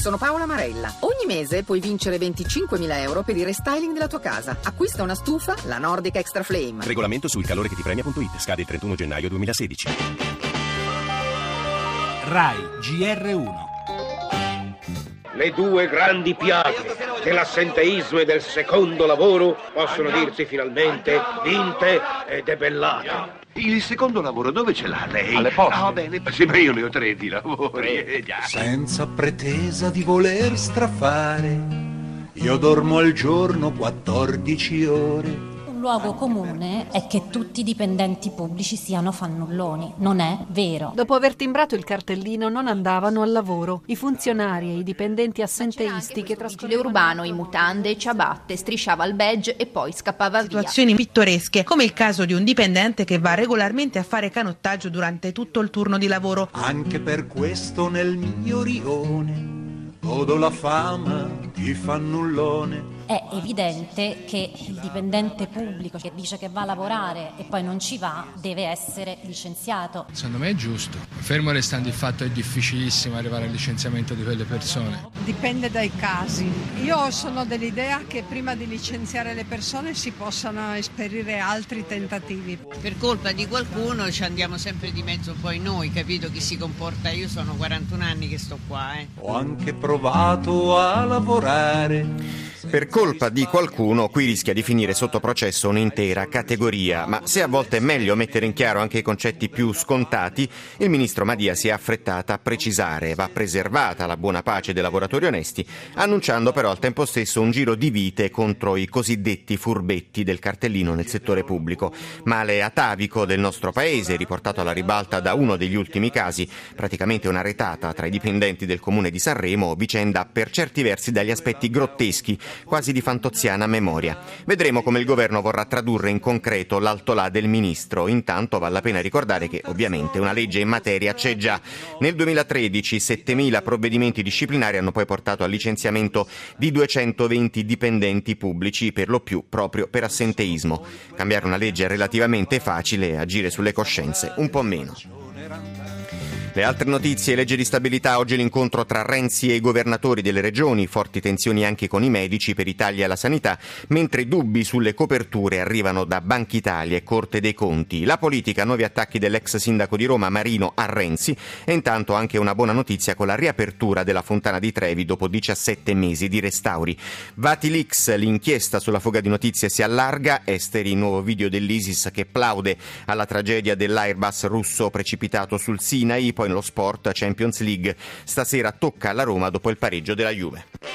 sono Paola Marella. Ogni mese puoi vincere 25.000 euro per il restyling della tua casa. Acquista una stufa, la Nordic Extra Flame. Regolamento sul calore che ti premia.it. Scade il 31 gennaio 2016. Rai GR1. Le due grandi piaghe dell'assenteismo e del secondo lavoro possono dirsi finalmente vinte e debellate. Il secondo lavoro dove ce l'ha lei? Alle poste. Ah, bene. Sì, ma io ne ho 3 di lavori. Già. Senza pretesa di voler strafare, io dormo al giorno 14 ore. Un luogo comune è che tutti i dipendenti pubblici siano fannulloni. Non è vero. Dopo aver timbrato il cartellino non andavano al lavoro. I funzionari e i dipendenti assenteisti che trascorrevano urbano in mutande e ciabatte, strisciava il badge e poi scappava via. Situazioni pittoresche, come il caso di un dipendente che va regolarmente a fare canottaggio durante tutto il turno di lavoro. Anche per questo nel mio rione godo la fama di fannullone. È evidente che il dipendente pubblico che dice che va a lavorare e poi non ci va deve essere licenziato. Secondo me è giusto. Fermo restando il fatto che è difficilissimo arrivare al licenziamento di quelle persone. Dipende dai casi. Io sono dell'idea che prima di licenziare le persone si possano esperire altri tentativi. Per colpa di qualcuno ci andiamo sempre di mezzo poi noi, capito chi si comporta. Io sono 41 anni che sto qua. Ho anche provato a lavorare. Per colpa di qualcuno, qui rischia di finire sotto processo un'intera categoria, ma se a volte è meglio mettere in chiaro anche i concetti più scontati, il ministro Madia si è affrettata a precisare: va preservata la buona pace dei lavoratori onesti, annunciando però al tempo stesso un giro di vite contro i cosiddetti furbetti del cartellino nel settore pubblico. Male atavico del nostro paese, riportato alla ribalta da uno degli ultimi casi, praticamente una retata tra i dipendenti del comune di Sanremo, vicenda per certi versi dagli aspetti grotteschi, quasi di fantoziana memoria. Vedremo come il governo vorrà tradurre in concreto l'altolà del ministro. Intanto vale la pena ricordare che ovviamente una legge in materia c'è già. Nel 2013 7.000 provvedimenti disciplinari hanno poi portato al licenziamento di 220 dipendenti pubblici, per lo più proprio per assenteismo. Cambiare una legge è relativamente facile, agire sulle coscienze un po' meno. Le altre notizie: legge di stabilità, oggi l'incontro tra Renzi e i governatori delle regioni, forti tensioni anche con i medici per i tagli alla sanità, mentre dubbi sulle coperture arrivano da Banca Italia e Corte dei Conti. La politica, nuovi attacchi dell'ex sindaco di Roma Marino a Renzi, e intanto anche una buona notizia con la riapertura della Fontana di Trevi dopo 17 mesi di restauri. Vatilix, l'inchiesta sulla fuga di notizie si allarga, esteri il nuovo video dell'ISIS che plaude alla tragedia dell'Airbus russo precipitato sul Sinai. Poi nello sport, Champions League, stasera tocca alla Roma dopo il pareggio della Juve.